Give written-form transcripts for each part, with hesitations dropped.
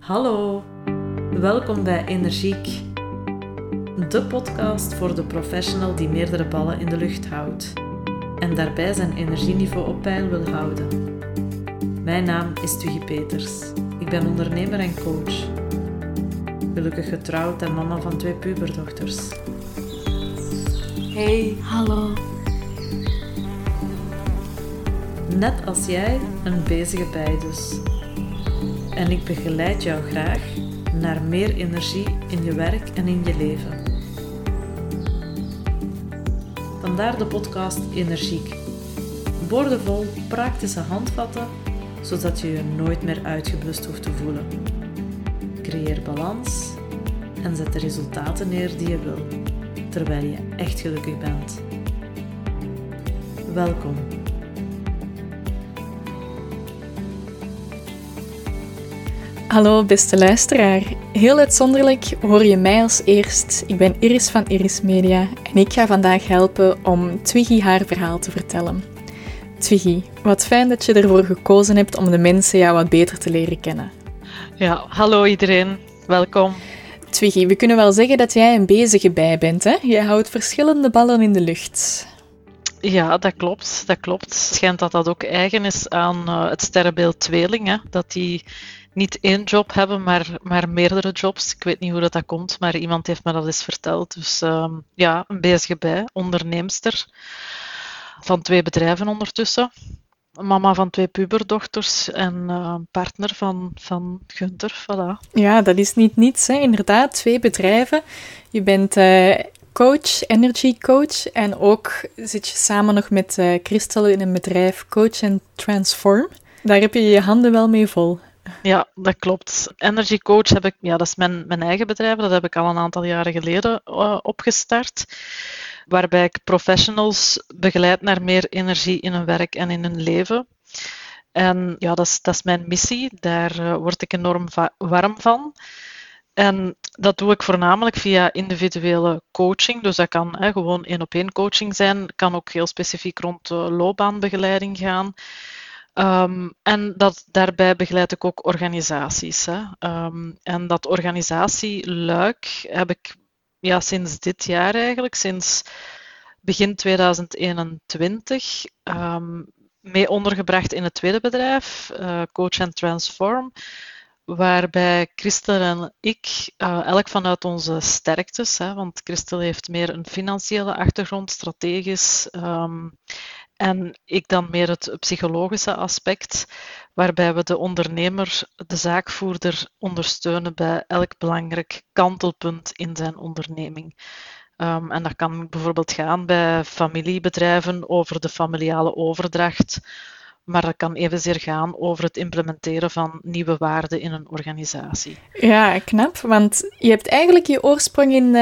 Hallo, welkom bij Energiek, de podcast voor de professional die meerdere ballen in de lucht houdt en daarbij zijn energieniveau op peil wil houden. Mijn naam is Twiggy Peters, ik ben ondernemer en coach, gelukkig getrouwd en mama van 2 puberdochters. Hey, hallo. Net als jij een bezige bij dus. En ik begeleid jou graag naar meer energie in je werk en in je leven. Vandaar de podcast Energiek. Boordevol praktische handvatten, zodat je je nooit meer uitgeblust hoeft te voelen. Creëer balans en zet de resultaten neer die je wil, terwijl je echt gelukkig bent. Welkom. Hallo beste luisteraar. Heel uitzonderlijk hoor je mij als eerst. Ik ben Iris van Iris Media en ik ga vandaag helpen om Twiggy haar verhaal te vertellen. Twiggy, wat fijn dat je ervoor gekozen hebt om de mensen jou wat beter te leren kennen. Ja, hallo iedereen. Welkom. Twiggy, we kunnen wel zeggen dat jij een bezige bij bent, hè? Je houdt verschillende ballen in de lucht. Ja, dat klopt. Het schijnt dat dat ook eigen is aan het sterrenbeeld tweeling, hè? Dat die niet 1 job hebben, maar meerdere jobs. Ik weet niet hoe dat komt, maar iemand heeft me dat eens verteld. Dus ja, een bezige bij, onderneemster van 2 bedrijven ondertussen. Mama van 2 puberdochters en partner van Gunther, voilà. Ja, dat is niet niets, hè? Inderdaad, 2 bedrijven. Je bent coach, energy coach en ook zit je samen nog met Christel in een bedrijf Coach and Transform. Daar heb je je handen wel mee vol. Ja, dat klopt. Energy Coach heb ik, ja, dat is mijn eigen bedrijf. Dat heb ik al een aantal jaren geleden opgestart. Waarbij ik professionals begeleid naar meer energie in hun werk en in hun leven. En ja, dat is mijn missie. Daar word ik enorm warm van. En dat doe ik voornamelijk via individuele coaching. Dus dat kan gewoon 1-op-1 coaching zijn. Kan ook heel specifiek rond loopbaanbegeleiding gaan. En daarbij begeleid ik ook organisaties. En dat organisatieluik heb ik sinds dit jaar eigenlijk, sinds begin 2021, mee ondergebracht in het tweede bedrijf, Coach and Transform, waarbij Christel en ik, elk vanuit onze sterktes, want Christel heeft meer een financiële achtergrond, strategisch, en ik dan meer het psychologische aspect, waarbij we de ondernemer, de zaakvoerder, ondersteunen bij elk belangrijk kantelpunt in zijn onderneming. En dat kan bijvoorbeeld gaan bij familiebedrijven over de familiale overdracht, maar dat kan evenzeer gaan over het implementeren van nieuwe waarden in een organisatie. Ja, knap, want je hebt eigenlijk je oorsprong in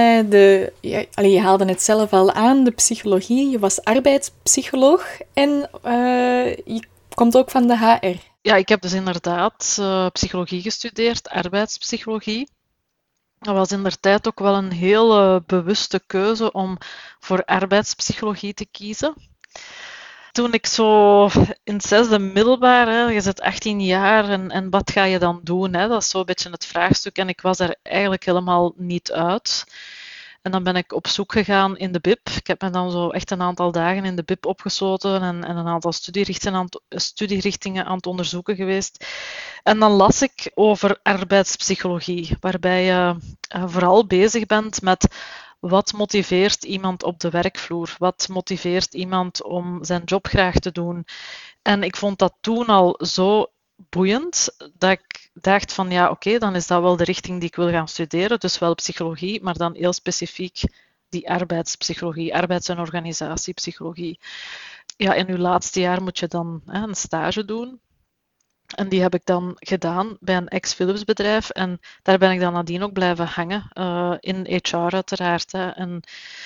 je haalde het zelf al aan, de psychologie. Je was arbeidspsycholoog en je komt ook van de HR. Ja, ik heb dus inderdaad psychologie gestudeerd, arbeidspsychologie. Dat was inderdaad ook wel een heel bewuste keuze om voor arbeidspsychologie te kiezen. Toen ik zo in het 6e middelbaar, je zit 18 jaar en wat ga je dan doen? Dat is zo'n beetje het vraagstuk en ik was daar eigenlijk helemaal niet uit. En dan ben ik op zoek gegaan in de BIP. Ik heb me dan zo echt een aantal dagen in de BIP opgesloten en een aantal studierichtingen aan het onderzoeken geweest. En dan las ik over arbeidspsychologie, waarbij je vooral bezig bent met wat motiveert iemand op de werkvloer? Wat motiveert iemand om zijn job graag te doen? En ik vond dat toen al zo boeiend dat ik dacht van ja, oké, dan is dat wel de richting die ik wil gaan studeren. Dus wel psychologie, maar dan heel specifiek die arbeidspsychologie, arbeids- en organisatiepsychologie. Ja, in uw laatste jaar moet je dan een stage doen. En die heb ik dan gedaan bij een ex-Philips bedrijf. En daar ben ik dan nadien ook blijven hangen. In HR uiteraard. En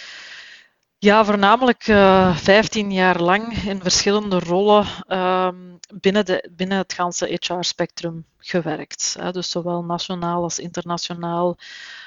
ja, voornamelijk 15 jaar lang in verschillende rollen binnen het ganse HR-spectrum gewerkt. Dus zowel nationaal als internationaal.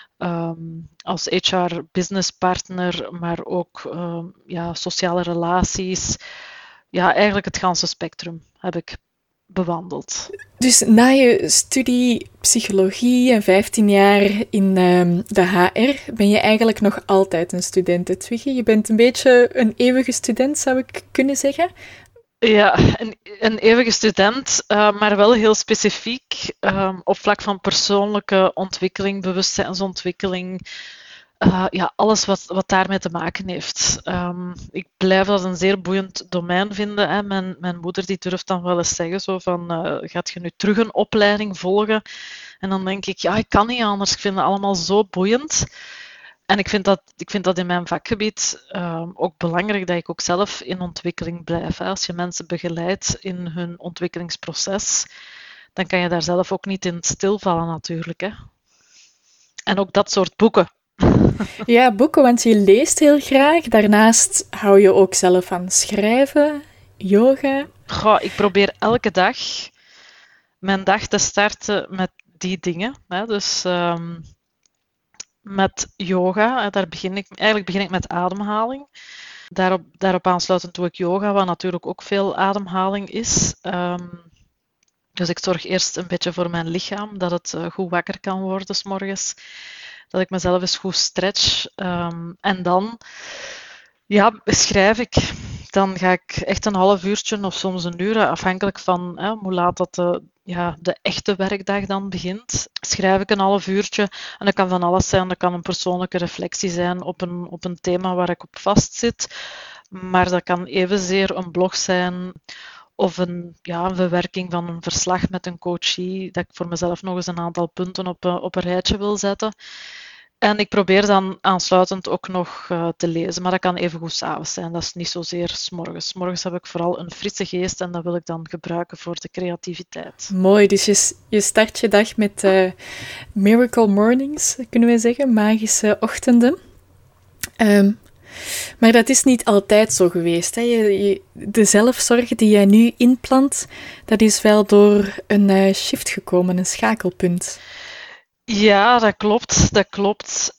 Als HR-businesspartner, maar ook sociale relaties. Ja, eigenlijk het ganse spectrum heb ik bewandeld. Dus na je studie psychologie en 15 jaar in de HR, ben je eigenlijk nog altijd een student, hè, Twiggy? Je bent een beetje een eeuwige student, zou ik kunnen zeggen? Ja, een eeuwige student, maar wel heel specifiek op vlak van persoonlijke ontwikkeling, bewustzijnsontwikkeling. Ja, alles wat daarmee te maken heeft. Ik blijf dat een zeer boeiend domein vinden. Hè. Mijn moeder die durft dan wel eens zeggen zo van, gaat je nu terug een opleiding volgen? En dan denk ik, ja, ik kan niet anders. Ik vind het allemaal zo boeiend. En ik vind dat in mijn vakgebied ook belangrijk dat ik ook zelf in ontwikkeling blijf. Hè. Als je mensen begeleidt in hun ontwikkelingsproces, dan kan je daar zelf ook niet in stilvallen natuurlijk. Hè. En ook dat soort boeken. Ja, boeken, want je leest heel graag. Daarnaast hou je ook zelf van schrijven, yoga. Goh, ik probeer elke dag mijn dag te starten met die dingen. Hè. Dus met yoga, eigenlijk begin ik met ademhaling. Daarop aansluitend doe ik yoga, wat natuurlijk ook veel ademhaling is. Dus ik zorg eerst een beetje voor mijn lichaam, dat het goed wakker kan worden 's morgens. Dat ik mezelf eens goed stretch. En dan schrijf ik. Dan ga ik echt een half uurtje of soms een uur, afhankelijk van hoe laat dat de echte werkdag dan begint. Schrijf ik een half uurtje en dat kan van alles zijn. Dat kan een persoonlijke reflectie zijn op een thema waar ik op vastzit. Maar dat kan evenzeer een blog zijn of een verwerking van een verslag met een coachie, dat ik voor mezelf nog eens een aantal punten op een rijtje wil zetten. En ik probeer dan aansluitend ook nog te lezen, maar dat kan even goed 's avonds zijn. Dat is niet zozeer 's morgens. 's Morgens heb ik vooral een frisse geest en dat wil ik dan gebruiken voor de creativiteit. Mooi, dus je start je dag met miracle mornings, kunnen we zeggen, magische ochtenden. Maar dat is niet altijd zo geweest. Hè? De zelfzorg die jij nu inplant, dat is wel door een shift gekomen, een schakelpunt. Ja, dat klopt.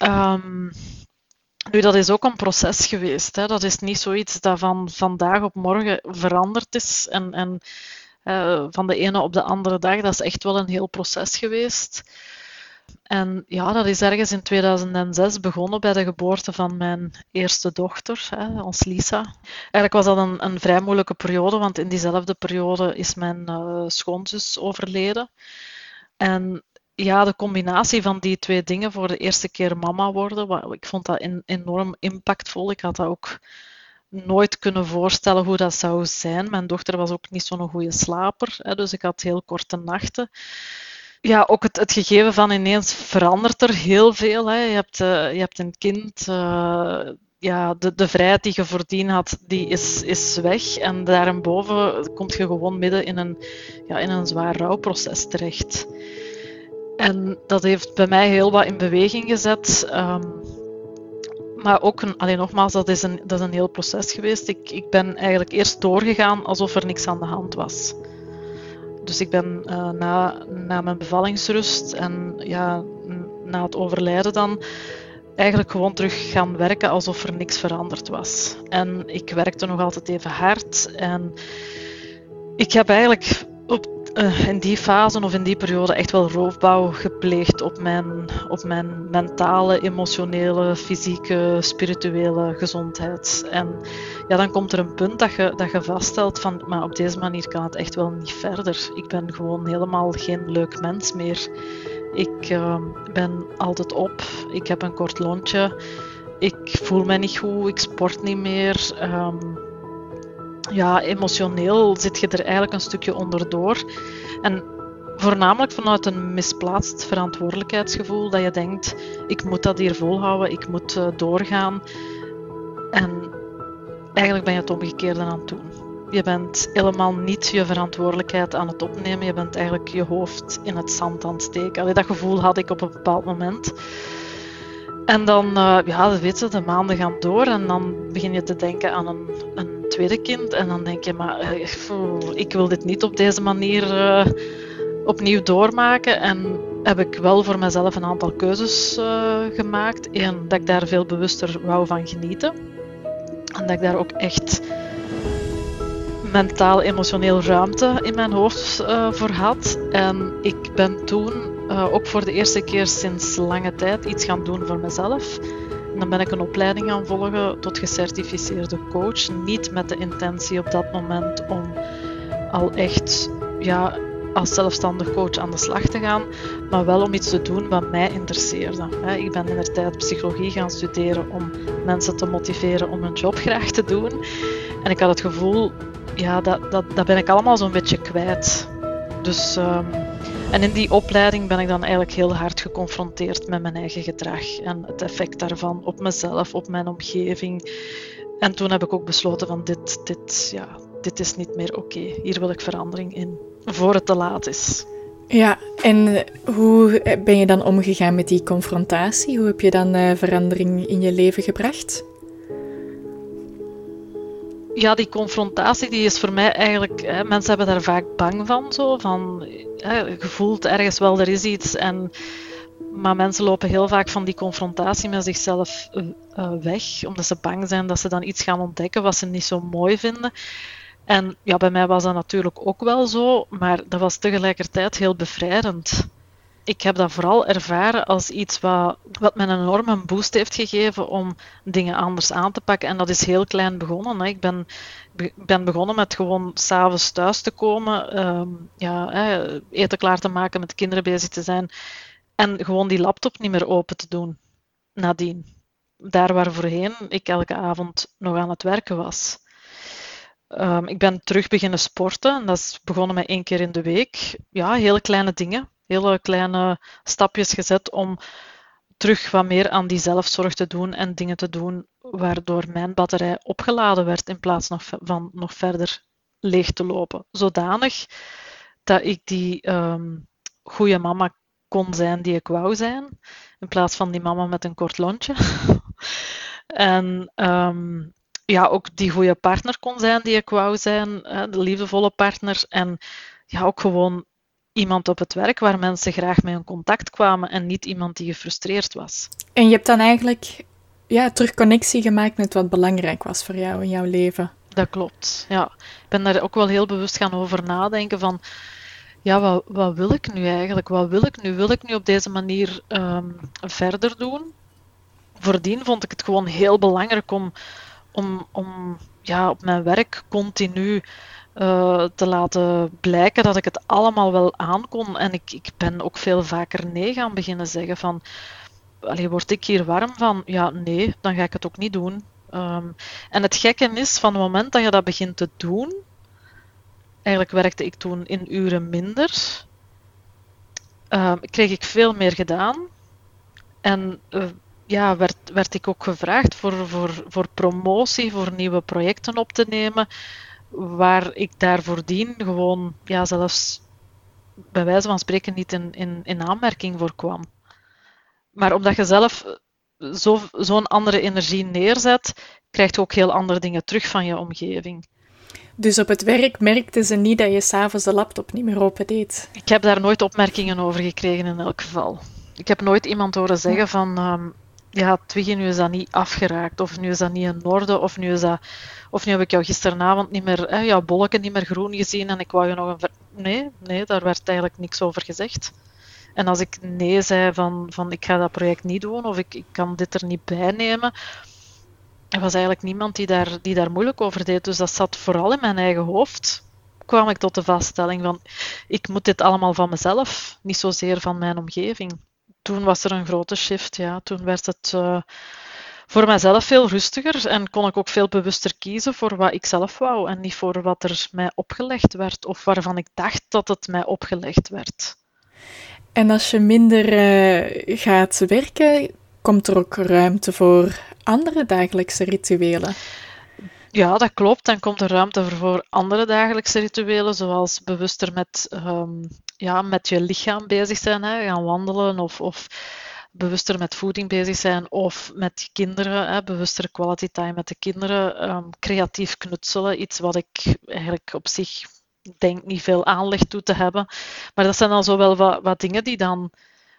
Nu, dat is ook een proces geweest. Hè. Dat is niet zoiets dat van vandaag op morgen veranderd is en van de ene op de andere dag. Dat is echt wel een heel proces geweest. En ja, dat is ergens in 2006 begonnen bij de geboorte van mijn eerste dochter, ons Lisa. Eigenlijk was dat een vrij moeilijke periode, want in diezelfde periode is mijn schoonzus overleden. En ja, de combinatie van die twee dingen, voor de eerste keer mama worden, ik vond dat enorm impactvol. Ik had dat ook nooit kunnen voorstellen hoe dat zou zijn. Mijn dochter was ook niet zo'n goede slaper, dus ik had heel korte nachten. Ja, ook het gegeven van ineens verandert er heel veel. Hè. Je hebt een kind, de vrijheid die je voordien had, die is weg. En daarboven kom je gewoon midden in een zwaar rouwproces terecht. En dat heeft bij mij heel wat in beweging gezet. Maar ook, nogmaals, dat is een heel proces geweest. Ik ben eigenlijk eerst doorgegaan alsof er niks aan de hand was. Dus ik ben na mijn bevallingsrust en na het overlijden dan eigenlijk gewoon terug gaan werken alsof er niks veranderd was. En ik werkte nog altijd even hard. En ik heb eigenlijk in die fase of in die periode echt wel roofbouw gepleegd op mijn mentale, emotionele, fysieke, spirituele gezondheid. En ja, dan komt er een punt dat je vaststelt van, maar op deze manier kan het echt wel niet verder. Ik ben gewoon helemaal geen leuk mens meer. Ik ben altijd op, ik heb een kort lontje, ik voel me niet goed, ik sport niet meer. Emotioneel zit je er eigenlijk een stukje onderdoor. En voornamelijk vanuit een misplaatst verantwoordelijkheidsgevoel, dat je denkt, ik moet dat hier volhouden, ik moet doorgaan. En eigenlijk ben je het omgekeerde aan het doen. Je bent helemaal niet je verantwoordelijkheid aan het opnemen, je bent eigenlijk je hoofd in het zand aan het steken. Dat gevoel had ik op een bepaald moment. En dan, de maanden gaan door en dan begin je te denken aan een tweede kind. En dan denk je, maar ik wil dit niet op deze manier opnieuw doormaken. En heb ik wel voor mezelf een aantal keuzes gemaakt. Eén, dat ik daar veel bewuster wou van genieten. En dat ik daar ook echt mentaal-emotioneel ruimte in mijn hoofd voor had. En ik ben toen ook voor de eerste keer sinds lange tijd iets gaan doen voor mezelf. En dan ben ik een opleiding gaan volgen tot gecertificeerde coach. Niet met de intentie op dat moment om al echt als zelfstandig coach aan de slag te gaan, maar wel om iets te doen wat mij interesseerde. Ik ben inderdaad psychologie gaan studeren om mensen te motiveren om hun job graag te doen. En ik had het gevoel, dat ben ik allemaal zo'n beetje kwijt. Dus, en in die opleiding ben ik dan eigenlijk heel hard geconfronteerd met mijn eigen gedrag en het effect daarvan op mezelf, op mijn omgeving. En toen heb ik ook besloten van dit is niet meer oké. Hier wil ik verandering in, voor het te laat is. Ja, en hoe ben je dan omgegaan met die confrontatie? Hoe heb je dan verandering in je leven gebracht? Ja, die confrontatie die is voor mij eigenlijk... mensen hebben daar vaak bang van. Je voelt ergens wel, er is iets. Maar mensen lopen heel vaak van die confrontatie met zichzelf weg. Omdat ze bang zijn dat ze dan iets gaan ontdekken wat ze niet zo mooi vinden. En ja, bij mij was dat natuurlijk ook wel zo. Maar dat was tegelijkertijd heel bevrijdend. Ik heb dat vooral ervaren als iets wat me een enorme boost heeft gegeven om dingen anders aan te pakken. En dat is heel klein begonnen. Ik ben begonnen met gewoon 's avonds thuis te komen, eten klaar te maken, met de kinderen bezig te zijn en gewoon die laptop niet meer open te doen nadien. Daar waar voorheen ik elke avond nog aan het werken was. Ik ben terug beginnen sporten en dat is begonnen met 1 keer in de week. Ja, hele kleine dingen. Hele kleine stapjes gezet om terug wat meer aan die zelfzorg te doen en dingen te doen waardoor mijn batterij opgeladen werd in plaats van nog verder leeg te lopen. Zodanig dat ik die goede mama kon zijn die ik wou zijn, in plaats van die mama met een kort lontje. En ook die goede partner kon zijn die ik wou zijn, de liefdevolle partner. En ja, ook gewoon iemand op het werk waar mensen graag mee in contact kwamen en niet iemand die gefrustreerd was. En je hebt dan eigenlijk terug connectie gemaakt met wat belangrijk was voor jou in jouw leven. Dat klopt, ja. Ik ben daar ook wel heel bewust gaan over nadenken van, wat wil ik nu eigenlijk? Wat wil ik nu? Wil ik nu op deze manier verder doen? Voordien vond ik het gewoon heel belangrijk om op mijn werk continu te laten blijken dat ik het allemaal wel aankon. En ik ben ook veel vaker nee gaan beginnen zeggen van, word ik hier warm van? Ja, nee, dan ga ik het ook niet doen. En het gekke is, van het moment dat je dat begint te doen, eigenlijk werkte ik toen in uren minder, kreeg ik veel meer gedaan. En werd ik ook gevraagd voor promotie, voor nieuwe projecten op te nemen, waar ik daar voordien gewoon, zelfs bij wijze van spreken niet in aanmerking voor kwam. Maar omdat je zelf zo'n andere energie neerzet, krijg je ook heel andere dingen terug van je omgeving. Dus op het werk merkten ze niet dat je 's avonds de laptop niet meer open deed? Ik heb daar nooit opmerkingen over gekregen in elk geval. Ik heb nooit iemand horen zeggen van, Twiggy, nu is dat niet afgeraakt, of nu is dat niet in orde, of nu heb ik jou gisteravond niet meer, jouw bolletje niet meer groen gezien en ik wou je nog een... Nee, daar werd eigenlijk niks over gezegd. En als ik nee zei van ik ga dat project niet doen, of ik kan dit er niet bij nemen, er was eigenlijk niemand die daar moeilijk over deed. Dus dat zat vooral in mijn eigen hoofd. Kwam ik tot de vaststelling van, ik moet dit allemaal van mezelf, niet zozeer van mijn omgeving. Toen was er een grote shift, ja. Toen werd het voor mijzelf veel rustiger en kon ik ook veel bewuster kiezen voor wat ik zelf wou en niet voor wat er mij opgelegd werd of waarvan ik dacht dat het mij opgelegd werd. En als je minder gaat werken, komt er ook ruimte voor andere dagelijkse rituelen? Ja, dat klopt. Dan komt er ruimte voor andere dagelijkse rituelen, zoals bewuster met je lichaam bezig zijn, gaan wandelen of bewuster met voeding bezig zijn of met je kinderen, bewuster quality time met de kinderen, creatief knutselen, iets wat ik eigenlijk op zich denk niet veel aanleg toe te hebben. Maar dat zijn dan zo wel wat dingen die dan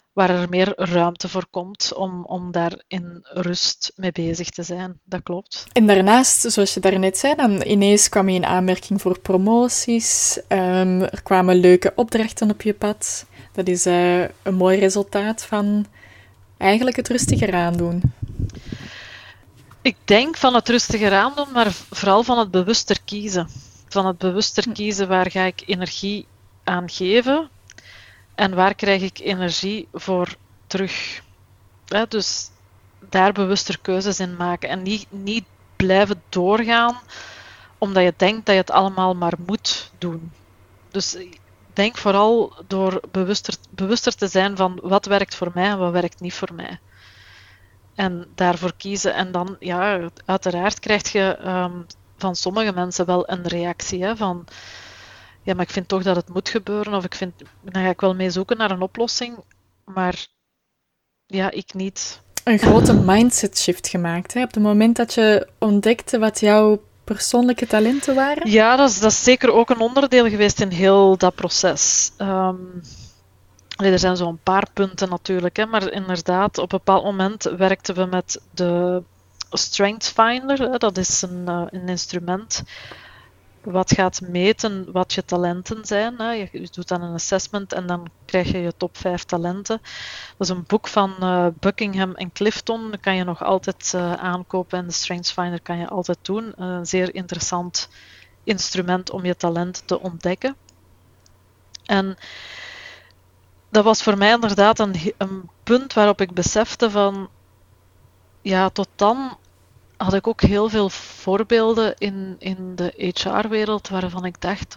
waar er meer ruimte voor komt om daar in rust mee bezig te zijn. Dat klopt. En daarnaast, zoals je daarnet zei, dan ineens kwam je in aanmerking voor promoties. Er kwamen leuke opdrachten op je pad. Dat is een mooi resultaat van eigenlijk het rustiger aandoen. Ik denk van het rustiger aandoen, maar vooral van het bewuster kiezen. Van het bewuster kiezen, waar ga ik energie aan geven en waar krijg ik energie voor terug. Dus daar bewuster keuzes in maken en niet blijven doorgaan omdat je denkt dat je het allemaal maar moet doen. Dus ik denk vooral door bewuster te zijn van wat werkt voor mij en wat werkt niet voor mij. En daarvoor kiezen. En dan, ja, uiteraard krijg je van sommige mensen wel een reactie. Hè, van, ja, maar ik vind toch dat het moet gebeuren. Of dan ga ik wel mee zoeken naar een oplossing. Maar ja, ik niet. Een grote mindset shift gemaakt, hè? Op het moment dat je ontdekte wat jouw persoonlijke talenten waren? Ja, dat is zeker ook een onderdeel geweest in heel dat proces. Er zijn zo'n paar punten natuurlijk, hè, maar inderdaad, op een bepaald moment werkten we met de Strength Finder. Hè, dat is een instrument wat gaat meten wat je talenten zijn. Hè. Je doet dan een assessment en dan krijg je je top 5 talenten. Dat is een boek van Buckingham en Clifton. Dat kan je nog altijd aankopen en de Strength Finder kan je altijd doen. Een zeer interessant instrument om je talent te ontdekken. En dat was voor mij inderdaad een punt waarop ik besefte van, ja, tot dan had ik ook heel veel voorbeelden in de HR-wereld waarvan ik dacht,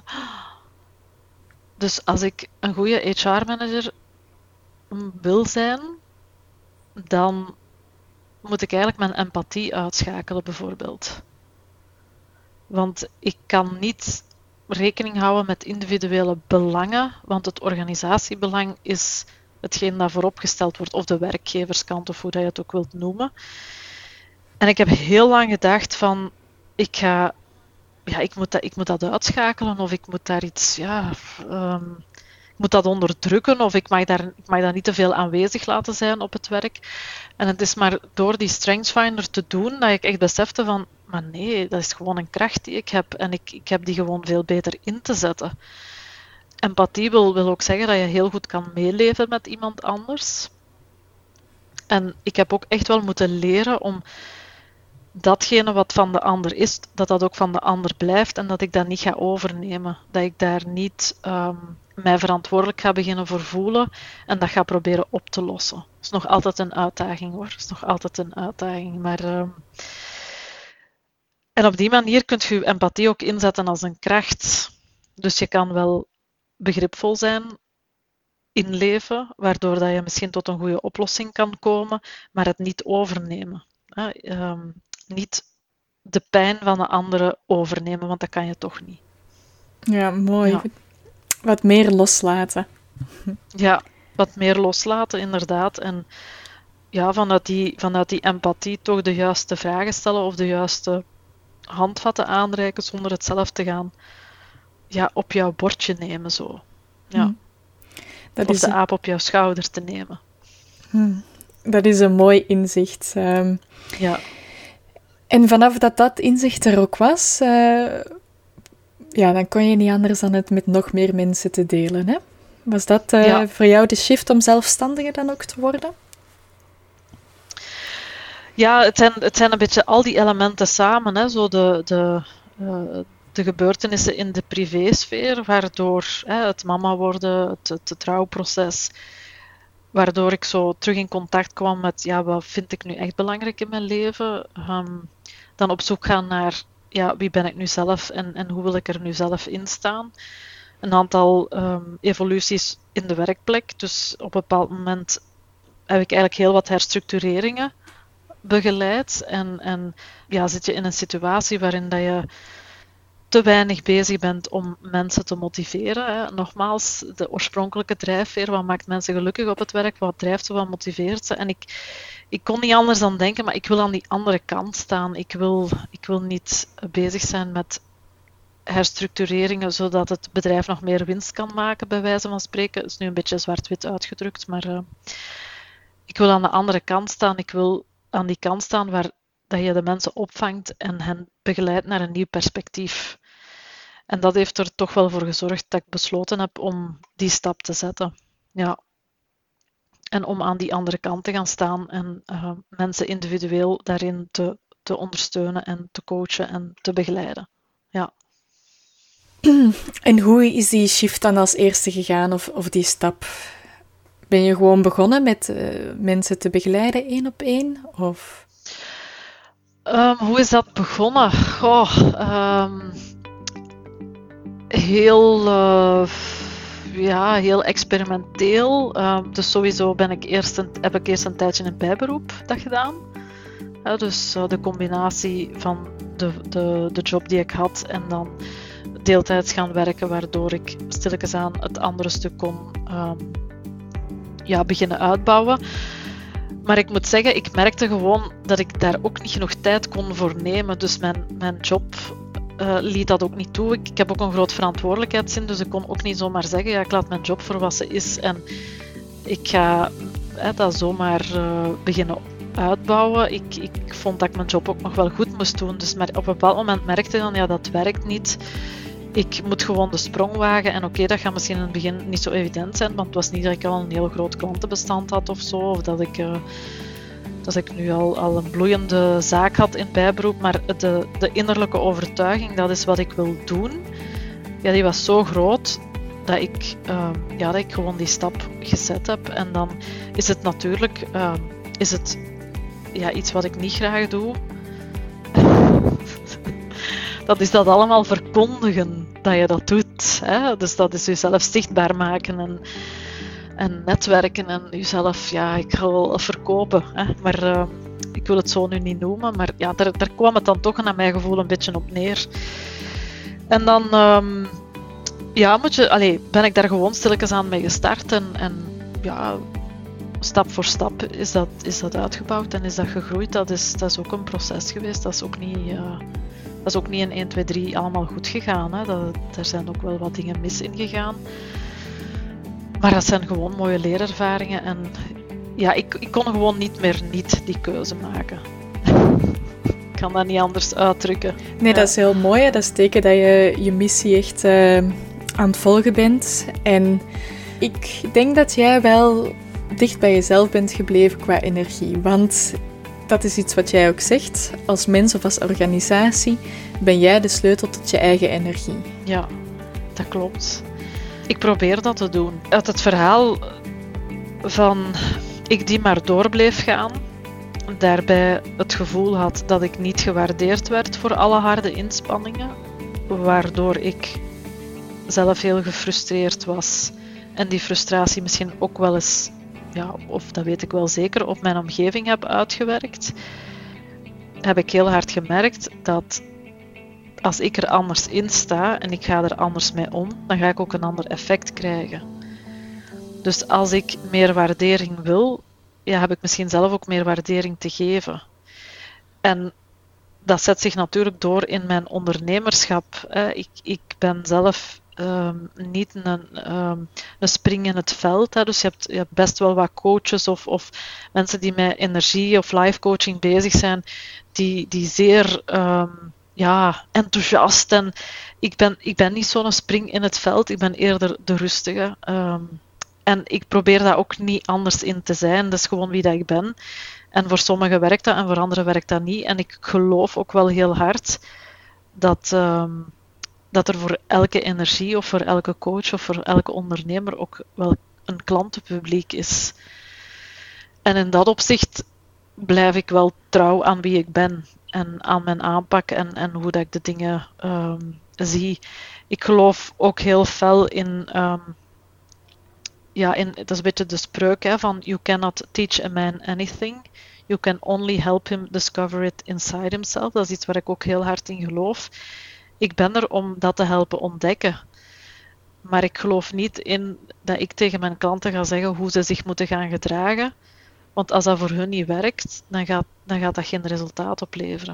dus als ik een goede HR-manager wil zijn, dan moet ik eigenlijk mijn empathie uitschakelen bijvoorbeeld. Want ik kan niet rekening houden met individuele belangen, want het organisatiebelang is hetgeen dat vooropgesteld wordt, of de werkgeverskant, of hoe dat je het ook wilt noemen. En ik heb heel lang gedacht van, ik moet dat uitschakelen, of ik moet daar iets, ik moet dat onderdrukken, of ik mag daar niet te veel aanwezig laten zijn op het werk. En het is maar door die StrengthsFinder te doen, dat ik echt besefte van, maar nee, dat is gewoon een kracht die ik heb, en ik heb die gewoon veel beter in te zetten. Empathie wil ook zeggen dat je heel goed kan meeleven met iemand anders. En ik heb ook echt wel moeten leren om datgene wat van de ander is, dat ook van de ander blijft en dat ik dat niet ga overnemen. Dat ik daar niet mij verantwoordelijk ga beginnen voor voelen en dat ga proberen op te lossen. Dat is nog altijd een uitdaging hoor. Dat is nog altijd een uitdaging. Maar, en op die manier kun je empathie ook inzetten als een kracht. Dus je kan wel begripvol zijn, inleven, waardoor dat je misschien tot een goede oplossing kan komen, maar het niet overnemen. Niet de pijn van de anderen overnemen, want dat kan je toch niet. Ja, mooi. Ja. Wat meer loslaten. Ja, wat meer loslaten, inderdaad. En ja, vanuit die empathie toch de juiste vragen stellen of de juiste handvatten aanreiken zonder het zelf te gaan op jouw bordje nemen. Zo. Ja. Dat of is de aap op jouw schouder te nemen. Dat is een mooi inzicht. Ja. En vanaf dat inzicht er ook was, dan kon je niet anders dan het met nog meer mensen te delen. Hè? Was dat voor jou de shift om zelfstandiger dan ook te worden? Ja, het zijn een beetje al die elementen samen. Hè? Zo de gebeurtenissen in de privésfeer, waardoor het mama worden, het trouwproces, waardoor ik zo terug in contact kwam met wat vind ik nu echt belangrijk in mijn leven. Dan op zoek gaan naar wie ben ik nu zelf en hoe wil ik er nu zelf in staan. Een aantal evoluties in de werkplek. Dus op een bepaald moment heb ik eigenlijk heel wat herstructureringen begeleid. En zit je in een situatie waarin dat je te weinig bezig bent om mensen te motiveren. Hè. Nogmaals, de oorspronkelijke drijfveer, wat maakt mensen gelukkig op het werk, wat drijft ze, wat motiveert ze. En ik kon niet anders dan denken, maar ik wil aan die andere kant staan. Ik wil niet bezig zijn met herstructureringen zodat het bedrijf nog meer winst kan maken, bij wijze van spreken. Dat is nu een beetje zwart-wit uitgedrukt, maar ik wil aan de andere kant staan. Ik wil aan die kant staan waar dat je de mensen opvangt en hen begeleidt naar een nieuw perspectief. En dat heeft er toch wel voor gezorgd dat ik besloten heb om die stap te zetten. Ja. En om aan die andere kant te gaan staan en mensen individueel daarin te ondersteunen en te coachen en te begeleiden. Ja. En hoe is die shift dan als eerste gegaan, of die stap? Ben je gewoon begonnen met mensen te begeleiden 1 op 1? Of? Hoe is dat begonnen? Heel experimenteel. Dus sowieso heb ik eerst een tijdje een bijberoep dat gedaan. Dus de combinatie van de job die ik had en dan deeltijds gaan werken, waardoor ik stilletjes aan het andere stuk kon beginnen uitbouwen. Maar ik moet zeggen, ik merkte gewoon dat ik daar ook niet genoeg tijd kon voor nemen. Dus mijn job liet dat ook niet toe. Ik heb ook een groot verantwoordelijkheidszin, dus ik kon ook niet zomaar zeggen, ik laat mijn job voor wat ze is en ik ga dat zomaar beginnen uitbouwen. Ik vond dat ik mijn job ook nog wel goed moest doen, dus maar op een bepaald moment merkte ik dan, dat werkt niet. Ik moet gewoon de sprong wagen en oké, dat gaat misschien in het begin niet zo evident zijn, want het was niet dat ik al een heel groot klantenbestand had of zo, of dat ik nu al een bloeiende zaak had in bijberoep, maar de innerlijke overtuiging, dat is wat ik wil doen, die was zo groot dat ik gewoon die stap gezet heb. En dan is het natuurlijk iets wat ik niet graag doe. Dat is dat allemaal verkondigen, dat je dat doet. Hè? Dus dat is jezelf zichtbaar maken en netwerken en jezelf, ik ga wel verkopen. Hè? Maar ik wil het zo nu niet noemen, maar daar kwam het dan toch naar mijn gevoel een beetje op neer. En dan ben ik daar gewoon stilletjes aan mee gestart en stap voor stap is dat uitgebouwd en is dat gegroeid. Dat is ook een proces geweest, dat is ook niet in 1, 2, 3 allemaal goed gegaan. Hè. Daar zijn ook wel wat dingen mis in gegaan. Maar dat zijn gewoon mooie leerervaringen. En ik kon gewoon niet meer die keuze maken. Ik kan dat niet anders uitdrukken. Nee, dat is heel mooi. Hè. Dat is teken dat je je missie echt aan het volgen bent. En ik denk dat jij wel dicht bij jezelf bent gebleven qua energie. Want dat is iets wat jij ook zegt. Als mens of als organisatie ben jij de sleutel tot je eigen energie. Ja, dat klopt. Ik probeer dat te doen. Uit het verhaal van ik die maar door bleef gaan, daarbij het gevoel had dat ik niet gewaardeerd werd voor alle harde inspanningen, waardoor ik zelf heel gefrustreerd was en die frustratie misschien ook wel eens, of dat weet ik wel zeker, op mijn omgeving heb uitgewerkt, heb ik heel hard gemerkt dat als ik er anders in sta en ik ga er anders mee om, dan ga ik ook een ander effect krijgen. Dus als ik meer waardering wil, heb ik misschien zelf ook meer waardering te geven. En dat zet zich natuurlijk door in mijn ondernemerschap. Ik ben zelf niet een spring in het veld. Hè. Dus je hebt best wel wat coaches of mensen die met energie of life coaching bezig zijn, die zeer enthousiast. En ik ben niet zo'n spring in het veld, ik ben eerder de rustige. En ik probeer daar ook niet anders in te zijn. Dat is gewoon wie dat ik ben. En voor sommigen werkt dat en voor anderen werkt dat niet. En ik geloof ook wel heel hard dat er voor elke energie of voor elke coach of voor elke ondernemer ook wel een klantenpubliek is. En in dat opzicht blijf ik wel trouw aan wie ik ben en aan mijn aanpak en hoe dat ik de dingen zie. Ik geloof ook heel fel in... dat is een beetje de spreuk van you cannot teach a man anything. You can only help him discover it inside himself. Dat is iets waar ik ook heel hard in geloof. Ik ben er om dat te helpen ontdekken. Maar ik geloof niet in dat ik tegen mijn klanten ga zeggen hoe ze zich moeten gaan gedragen. Want als dat voor hun niet werkt, dan gaat dat geen resultaat opleveren.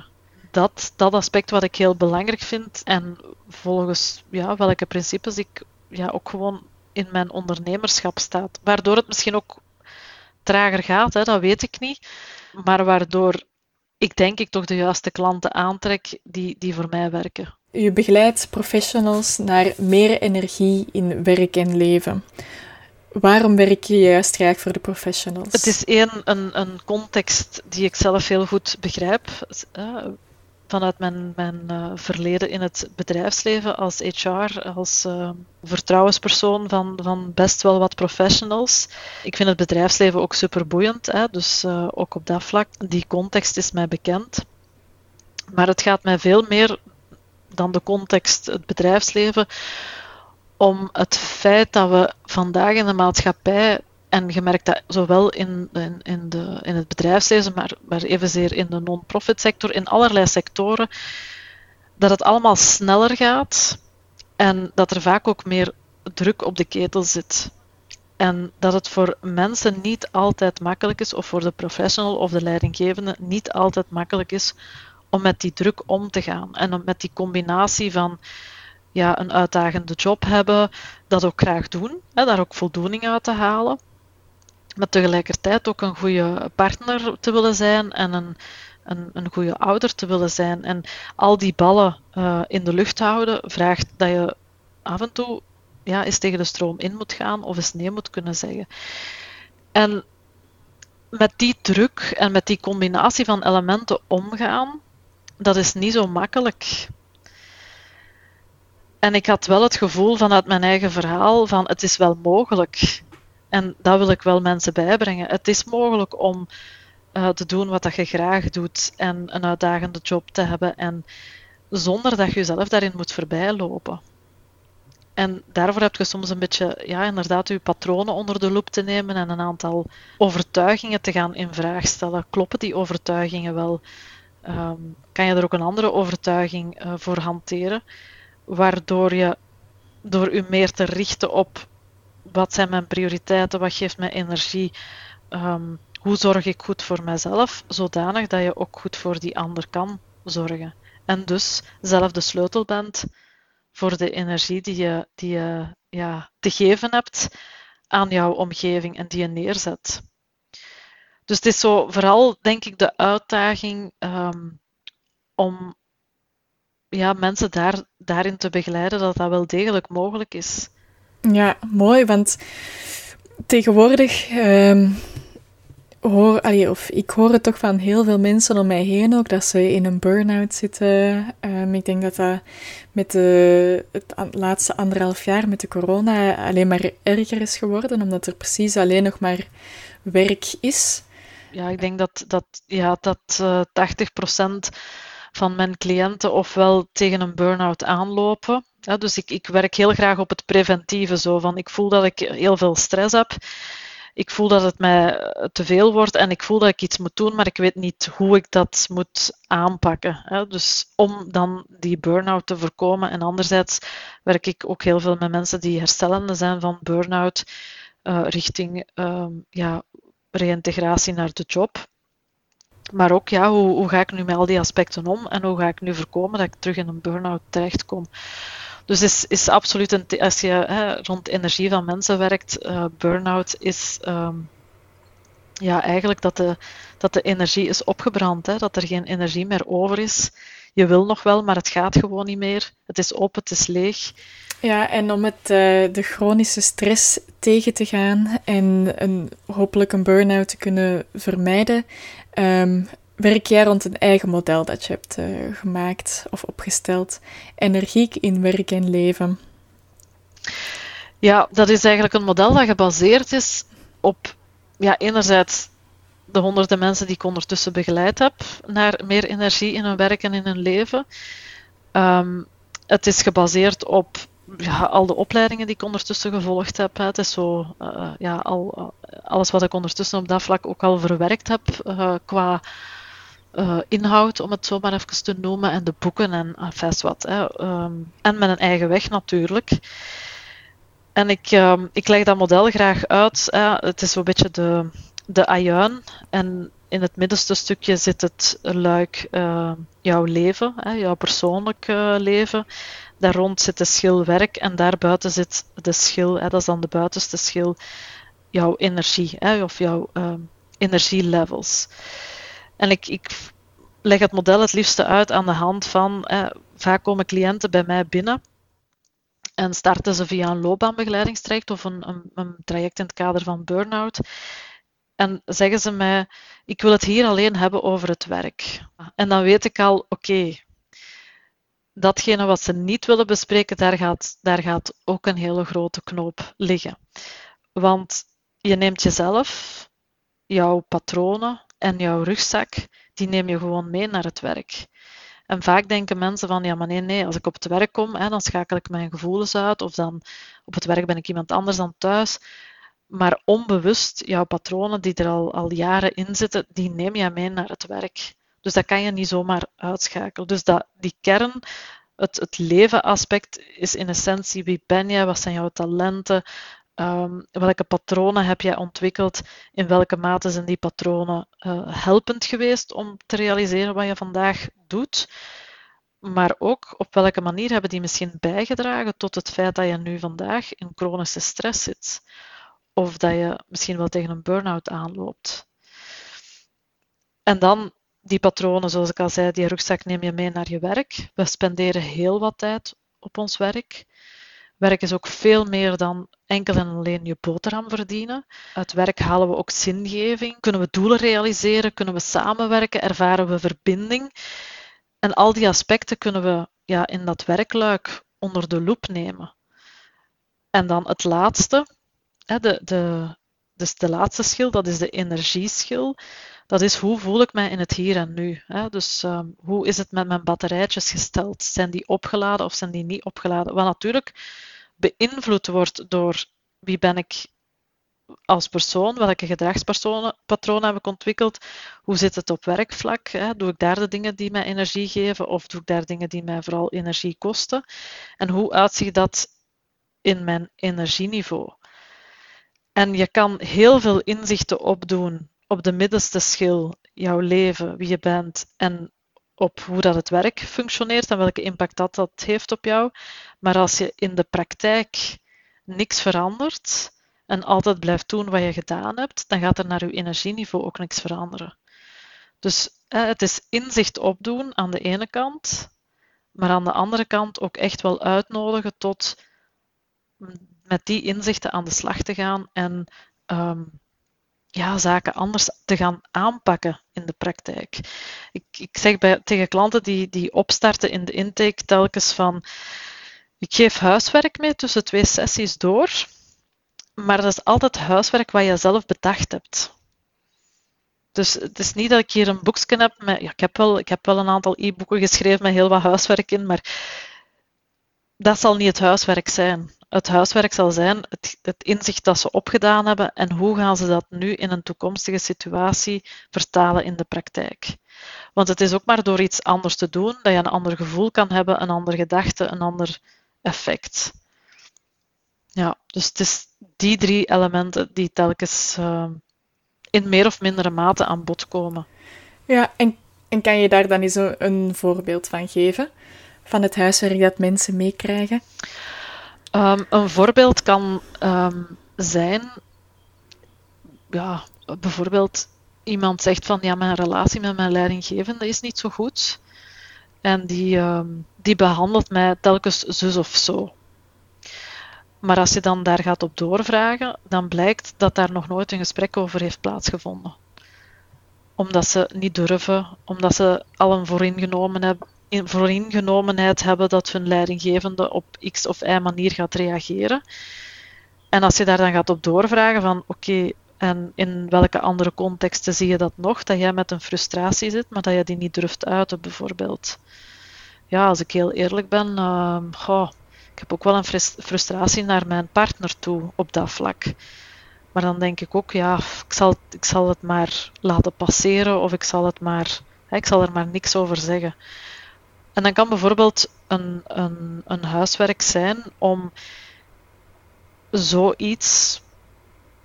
dat aspect wat ik heel belangrijk vind en volgens welke principes ik ook gewoon in mijn ondernemerschap staat. Waardoor het misschien ook trager gaat, hè, dat weet ik niet. Maar waardoor ik denk ik toch de juiste klanten aantrek die voor mij werken. Je begeleidt professionals naar meer energie in werk en leven. Waarom werk je juist graag voor de professionals? Het is een context die ik zelf heel goed begrijp. Vanuit mijn verleden in het bedrijfsleven als HR, als vertrouwenspersoon van best wel wat professionals. Ik vind het bedrijfsleven ook super boeiend, dus ook op dat vlak. Die context is mij bekend. Maar het gaat mij veel meer dan de context, het bedrijfsleven, om het feit dat we vandaag in de maatschappij, en je merkt dat zowel in het bedrijfsleven, maar evenzeer in de non-profit sector, in allerlei sectoren, dat het allemaal sneller gaat en dat er vaak ook meer druk op de ketel zit. En dat het voor mensen niet altijd makkelijk is, of voor de professional of de leidinggevende niet altijd makkelijk is om met die druk om te gaan. En om met die combinatie van een uitdagende job hebben, dat ook graag doen, daar ook voldoening uit te halen. Maar tegelijkertijd ook een goede partner te willen zijn en een goede ouder te willen zijn. En al die ballen in de lucht houden vraagt dat je af en toe eens tegen de stroom in moet gaan of eens nee moet kunnen zeggen. En met die druk en met die combinatie van elementen omgaan, dat is niet zo makkelijk. En ik had wel het gevoel vanuit mijn eigen verhaal van het is wel mogelijk. En dat wil ik wel mensen bijbrengen. Het is mogelijk om te doen wat dat je graag doet en een uitdagende job te hebben en zonder dat je jezelf daarin moet voorbijlopen. En daarvoor heb je soms een beetje, inderdaad, je patronen onder de loep te nemen en een aantal overtuigingen te gaan in vraag stellen. Kloppen die overtuigingen wel? Kan je er ook een andere overtuiging voor hanteren? Waardoor je, door je meer te richten op wat zijn mijn prioriteiten, wat geeft mij energie, hoe zorg ik goed voor mezelf, zodanig dat je ook goed voor die ander kan zorgen. En dus zelf de sleutel bent voor de energie die je te geven hebt aan jouw omgeving en die je neerzet. Dus het is zo vooral, denk ik, de uitdaging om mensen daarin te begeleiden dat dat wel degelijk mogelijk is. Ja, mooi, want tegenwoordig ik hoor het toch van heel veel mensen om mij heen ook, dat ze in een burn-out zitten. Ik denk dat dat met het laatste 1,5 jaar met de corona alleen maar erger is geworden, omdat er precies alleen nog maar werk is. Ja, ik denk dat 80% van mijn cliënten ofwel tegen een burn-out aanlopen. Ja, dus ik werk heel graag op het preventieve, zo van ik voel dat ik heel veel stress heb. Ik voel dat het mij te veel wordt en ik voel dat ik iets moet doen, maar ik weet niet hoe ik dat moet aanpakken. Hè. Dus om dan die burn-out te voorkomen. En anderzijds werk ik ook heel veel met mensen die herstellende zijn van burn-out richting reïntegratie naar de job. Maar ook, hoe ga ik nu met al die aspecten om en hoe ga ik nu voorkomen dat ik terug in een burn-out terechtkom. Dus is absoluut, als je rond energie van mensen werkt, burn-out is eigenlijk dat de energie is opgebrand, dat er geen energie meer over is. Je wil nog wel, maar het gaat gewoon niet meer. Het is op, het is leeg. Ja, en om de chronische stress tegen te gaan en hopelijk een burn-out te kunnen vermijden, werk jij rond een eigen model dat je hebt gemaakt of opgesteld. Energiek in werk en leven. Ja, dat is eigenlijk een model dat gebaseerd is op enerzijds de honderden mensen die ik ondertussen begeleid heb naar meer energie in hun werk en in hun leven. Het is gebaseerd op al de opleidingen die ik ondertussen gevolgd heb. Het is zo, alles wat ik ondertussen op dat vlak ook al verwerkt heb qua inhoud, om het zo maar even te noemen, en de boeken en vast wat. En met een eigen weg natuurlijk. En ik leg dat model graag uit. Het is zo'n beetje de ajuin. En in het middenste stukje zit het luik jouw leven, jouw persoonlijk leven. Daar rond zit de schil werk en daarbuiten zit de schil, dat is dan de buitenste schil, jouw energie of jouw energielevels. En ik leg het model het liefste uit aan de hand van, vaak komen cliënten bij mij binnen en starten ze via een loopbaanbegeleidingstraject of een traject in het kader van burn-out. En zeggen ze mij, ik wil het hier alleen hebben over het werk. En dan weet ik al, oké, datgene wat ze niet willen bespreken, daar gaat ook een hele grote knoop liggen. Want je neemt jezelf, jouw patronen en jouw rugzak, die neem je gewoon mee naar het werk. En vaak denken mensen van, ja maar nee, als ik op het werk kom, dan schakel ik mijn gevoelens uit, of dan op het werk ben ik iemand anders dan thuis. Maar onbewust, jouw patronen die er al jaren in zitten, die neem je mee naar het werk. Dus dat kan je niet zomaar uitschakelen. Dus die kern, het leven aspect, is in essentie wie ben jij, wat zijn jouw talenten, welke patronen heb jij ontwikkeld, in welke mate zijn die patronen helpend geweest om te realiseren wat je vandaag doet. Maar ook op welke manier hebben die misschien bijgedragen tot het feit dat je nu vandaag in chronische stress zit. Of dat je misschien wel tegen een burn-out aanloopt. En dan die patronen, zoals ik al zei, die rugzak neem je mee naar je werk. We spenderen heel wat tijd op ons werk. Werk is ook veel meer dan enkel en alleen je boterham verdienen. Uit werk halen we ook zingeving. Kunnen we doelen realiseren? Kunnen we samenwerken? Ervaren we verbinding? En al die aspecten kunnen we in dat werkluik onder de loep nemen. En dan het laatste, dus de laatste schil, dat is de energieschil. Dat is hoe voel ik mij in het hier en nu. Dus hoe is het met mijn batterijtjes gesteld? Zijn die opgeladen of zijn die niet opgeladen? Wat natuurlijk beïnvloed wordt door wie ben ik als persoon, welke gedragspatronen heb ik ontwikkeld, hoe zit het op werkvlak? Doe ik daar de dingen die mij energie geven of doe ik daar dingen die mij vooral energie kosten? En hoe uitziet dat in mijn energieniveau? En je kan heel veel inzichten opdoen op de middenste schil, jouw leven, wie je bent en op hoe dat het werk functioneert en welke impact dat heeft op jou. Maar als je in de praktijk niks verandert en altijd blijft doen wat je gedaan hebt, dan gaat er naar je energieniveau ook niks veranderen. Dus het is inzicht opdoen aan de ene kant, maar aan de andere kant ook echt wel uitnodigen tot met die inzichten aan de slag te gaan en zaken anders te gaan aanpakken in de praktijk. Ik zeg tegen klanten die opstarten in de intake telkens van, ik geef huiswerk mee tussen 2 sessies door, maar dat is altijd huiswerk wat je zelf bedacht hebt. Dus het is niet dat ik hier een boekje heb met, ik heb wel een aantal e-boeken geschreven met heel wat huiswerk in, maar dat zal niet het huiswerk zijn. Het huiswerk zal zijn het inzicht dat ze opgedaan hebben en hoe gaan ze dat nu in een toekomstige situatie vertalen in de praktijk. Want het is ook maar door iets anders te doen dat je een ander gevoel kan hebben, een andere gedachte, een ander effect. Ja, dus het is die 3 elementen die telkens in meer of mindere mate aan bod komen. Ja, en kan je daar dan eens een voorbeeld van geven? Van het huiswerk dat mensen meekrijgen? Een voorbeeld kan zijn, bijvoorbeeld iemand zegt van, mijn relatie met mijn leidinggevende is niet zo goed. En die behandelt mij telkens zus of zo. Maar als je dan daar gaat op doorvragen, dan blijkt dat daar nog nooit een gesprek over heeft plaatsgevonden. Omdat ze niet durven, omdat ze al een vooringenomenheid hebben dat hun leidinggevende op x of y manier gaat reageren. En als je daar dan gaat op doorvragen van oké, en in welke andere contexten zie je dat nog, dat jij met een frustratie zit, maar dat je die niet durft uiten bijvoorbeeld. Ja, als ik heel eerlijk ben, ik heb ook wel een frustratie naar mijn partner toe op dat vlak. Maar dan denk ik ook, ik zal het maar laten passeren of ik zal er maar niks over zeggen. En dan kan bijvoorbeeld een huiswerk zijn om zoiets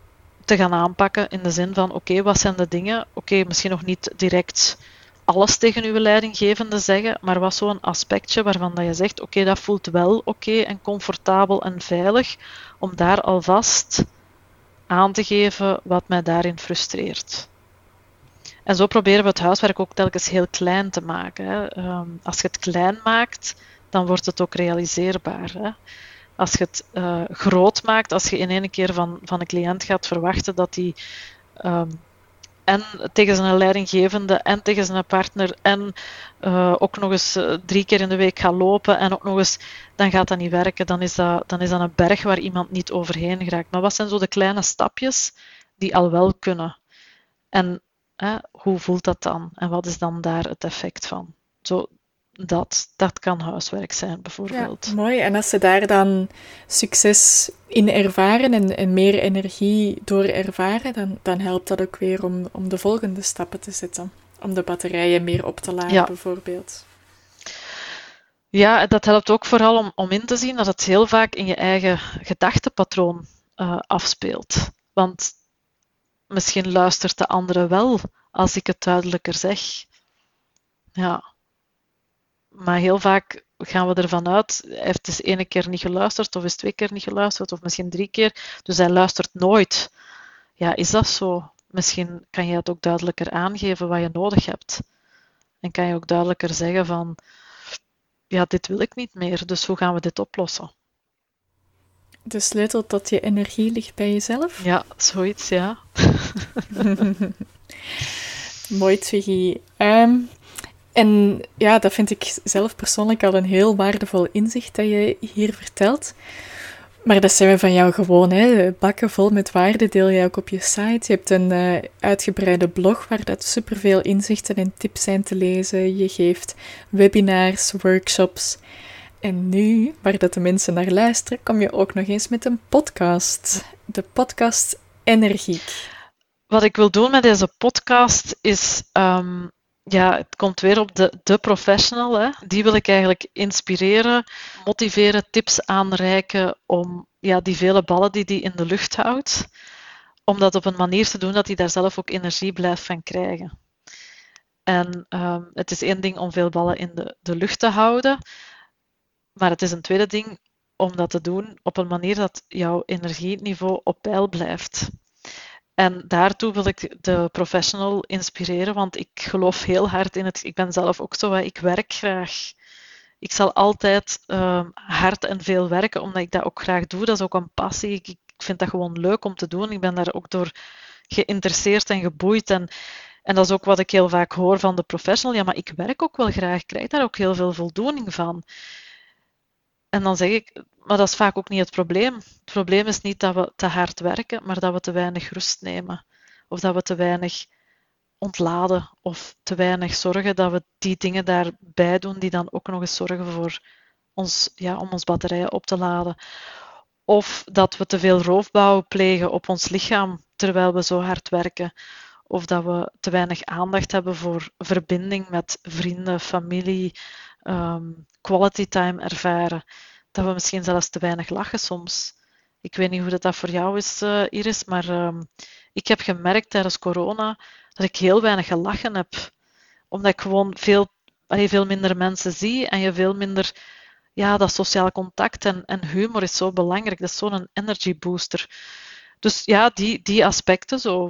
te gaan aanpakken in de zin van, oké, wat zijn de dingen? Oké, misschien nog niet direct alles tegen uw leidinggevende zeggen, maar wat zo'n aspectje waarvan dat je zegt, oké, dat voelt wel oké en comfortabel en veilig, om daar alvast aan te geven wat mij daarin frustreert. En zo proberen we het huiswerk ook telkens heel klein te maken. Hè. Als je het klein maakt, dan wordt het ook realiseerbaar. Hè. Als je het groot maakt, als je in één keer van een cliënt gaat verwachten dat hij en tegen zijn leidinggevende en tegen zijn partner en ook nog eens 3 keer in de week gaat lopen en ook nog eens, dan gaat dat niet werken. Dan is dat een berg waar iemand niet overheen geraakt. Maar wat zijn zo de kleine stapjes die al wel kunnen? En hoe voelt dat dan? En wat is dan daar het effect van? Zo, dat kan huiswerk zijn, bijvoorbeeld. Ja, mooi. En als ze daar dan succes in ervaren en meer energie door ervaren, dan helpt dat ook weer om de volgende stappen te zetten. Om de batterijen meer op te laden, bijvoorbeeld. Ja, dat helpt ook vooral om in te zien dat het heel vaak in je eigen gedachtepatroon afspeelt. Want misschien luistert de andere wel als ik het duidelijker zeg. Ja. Maar heel vaak gaan we ervan uit, hij heeft dus 1 keer niet geluisterd, of is 2 keer niet geluisterd, of misschien 3 keer. Dus hij luistert nooit. Ja, is dat zo? Misschien kan je het ook duidelijker aangeven wat je nodig hebt. En kan je ook duidelijker zeggen van, ja, dit wil ik niet meer, dus hoe gaan we dit oplossen? De sleutel tot je energie ligt bij jezelf? Ja, zoiets, ja. Mooi, Twiggy. En ja, dat vind ik zelf persoonlijk al een heel waardevol inzicht dat je hier vertelt. Maar dat zijn we van jou gewoon, hè. Bakken vol met waarde deel je ook op je site. Je hebt een uitgebreide blog waar dat superveel inzichten en tips zijn te lezen. Je geeft webinars, workshops. En nu, waar dat de mensen naar luisteren, kom je ook nog eens met een podcast. De podcast Energiek. Wat ik wil doen met deze podcast is... ja, het komt weer op de professional. Hè. Die wil ik eigenlijk inspireren, motiveren, tips aanreiken om die vele ballen die in de lucht houdt, om dat op een manier te doen dat hij daar zelf ook energie blijft van krijgen. En het is 1 ding om veel ballen in de lucht te houden, maar het is een tweede ding om dat te doen op een manier dat jouw energieniveau op peil blijft. En daartoe wil ik de professional inspireren, want ik geloof heel hard in het. Ik ben zelf ook zo, ik werk graag. Ik zal altijd hard en veel werken, omdat ik dat ook graag doe. Dat is ook een passie. Ik vind dat gewoon leuk om te doen. Ik ben daar ook door geïnteresseerd en geboeid. En dat is ook wat ik heel vaak hoor van de professional. Ja, maar ik werk ook wel graag. Ik krijg daar ook heel veel voldoening van. En dan zeg ik, maar dat is vaak ook niet het probleem. Het probleem is niet dat we te hard werken, maar dat we te weinig rust nemen. Of dat we te weinig ontladen of te weinig zorgen dat we die dingen daarbij doen die dan ook nog eens zorgen voor ons, om ons batterijen op te laden. Of dat we te veel roofbouw plegen op ons lichaam terwijl we zo hard werken. Of dat we te weinig aandacht hebben voor verbinding met vrienden, familie, quality time ervaren. Dat we misschien zelfs te weinig lachen soms. Ik weet niet hoe dat voor jou is, Iris, maar ik heb gemerkt tijdens corona dat ik heel weinig gelachen heb. Omdat ik gewoon veel minder mensen zie en je veel minder... Ja, dat sociaal contact en humor is zo belangrijk. Dat is zo'n energy booster. Dus ja, die aspecten zo.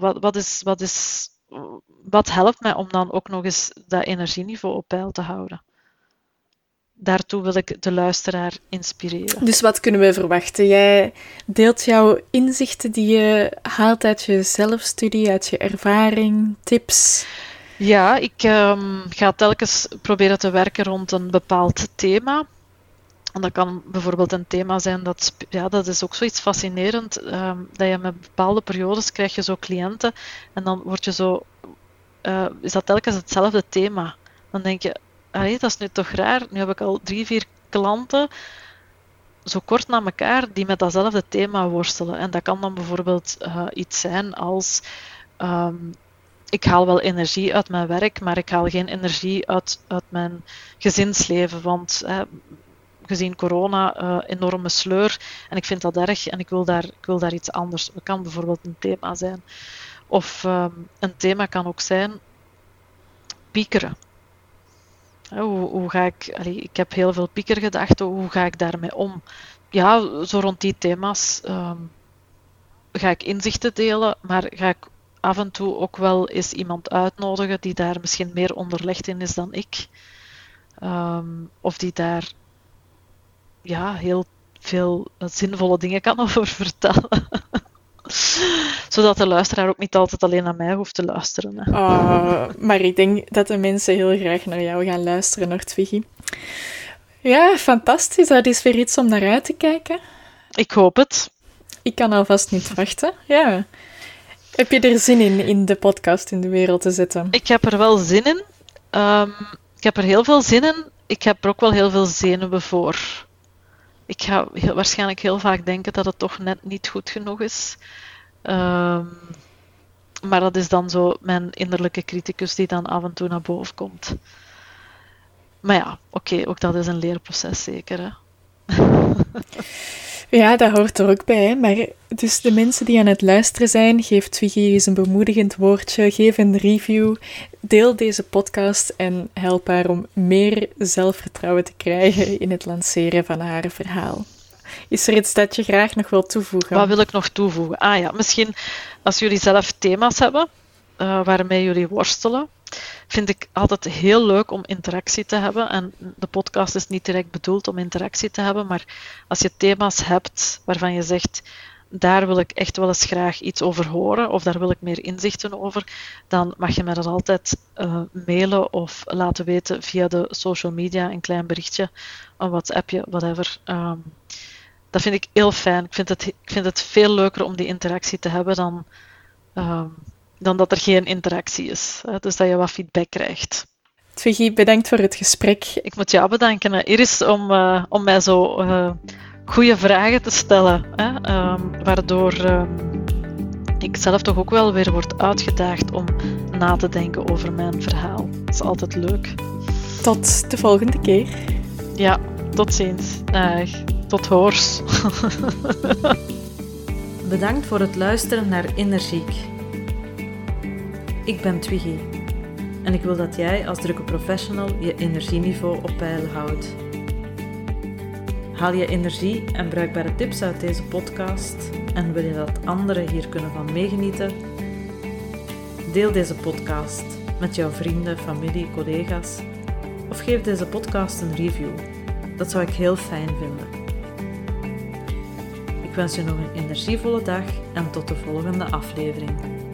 Wat helpt mij om dan ook nog eens dat energieniveau op peil te houden? Daartoe wil ik de luisteraar inspireren. Dus wat kunnen we verwachten? Jij deelt jouw inzichten die je haalt uit je zelfstudie, uit je ervaring, tips? Ja, ik ga telkens proberen te werken rond een bepaald thema. En dat kan bijvoorbeeld een thema zijn dat is ook zoiets fascinerend, dat je met bepaalde periodes krijg je zo cliënten en dan word je zo, is dat telkens hetzelfde thema. Dan denk je, dat is nu toch raar, nu heb ik al 3-4 klanten zo kort na elkaar die met datzelfde thema worstelen. En dat kan dan bijvoorbeeld iets zijn als, ik haal wel energie uit mijn werk, maar ik haal geen energie uit mijn gezinsleven, want gezien corona enorme sleur en ik vind dat erg en ik wil daar iets anders. Het kan bijvoorbeeld een thema zijn. Of een thema kan ook zijn piekeren. Hoe ga ik... ik heb heel veel piekergedachten. Hoe ga ik daarmee om? Ja, zo rond die thema's ga ik inzichten delen, maar ga ik af en toe ook wel eens iemand uitnodigen die daar misschien meer onderlegd in is dan ik. Of die daar heel veel zinvolle dingen kan over vertellen. Zodat de luisteraar ook niet altijd alleen naar mij hoeft te luisteren. Hè. Maar ik denk dat de mensen heel graag naar jou gaan luisteren, nog, Twiggy. Ja, fantastisch. Dat is weer iets om naar uit te kijken. Ik hoop het. Ik kan alvast niet wachten. Ja. Heb je er zin in de podcast in de wereld te zetten? Ik heb er wel zin in. Ik heb er heel veel zin in. Ik heb er ook wel heel veel zenuwen voor. Ik ga waarschijnlijk heel vaak denken dat het toch net niet goed genoeg is. Maar dat is dan zo mijn innerlijke criticus die dan af en toe naar boven komt. Maar ja, oké, ook dat is een leerproces zeker. Hè? Ja, dat hoort er ook bij. Hè? Maar dus de mensen die aan het luisteren zijn, geef Twiggy eens een bemoedigend woordje, geef een review, deel deze podcast en help haar om meer zelfvertrouwen te krijgen in het lanceren van haar verhaal. Is er iets dat je graag nog wilt toevoegen? Wat wil ik nog toevoegen? Misschien als jullie zelf thema's hebben waarmee jullie worstelen, vind ik altijd heel leuk om interactie te hebben. En de podcast is niet direct bedoeld om interactie te hebben, maar als je thema's hebt waarvan je zegt, daar wil ik echt wel eens graag iets over horen, of daar wil ik meer inzichten over, dan mag je mij dat altijd mailen of laten weten via de social media, een klein berichtje, een WhatsAppje, whatever. Dat vind ik heel fijn. Ik vind het veel leuker om die interactie te hebben dan dat er geen interactie is. Dus dat je wat feedback krijgt. Twiggy, bedankt voor het gesprek. Ik moet jou bedanken, Iris, om mij zo goede vragen te stellen. Waardoor ik zelf toch ook wel weer word uitgedaagd om na te denken over mijn verhaal. Dat is altijd leuk. Tot de volgende keer. Ja, tot ziens. Tot hoors. Bedankt voor het luisteren naar Energiek. Ik ben Twiggy en ik wil dat jij als drukke professional je energieniveau op peil houdt. Haal je energie en bruikbare tips uit deze podcast en wil je dat anderen hier kunnen van meegenieten? Deel deze podcast met jouw vrienden, familie, collega's of geef deze podcast een review. Dat zou ik heel fijn vinden. Ik wens je nog een energievolle dag en tot de volgende aflevering.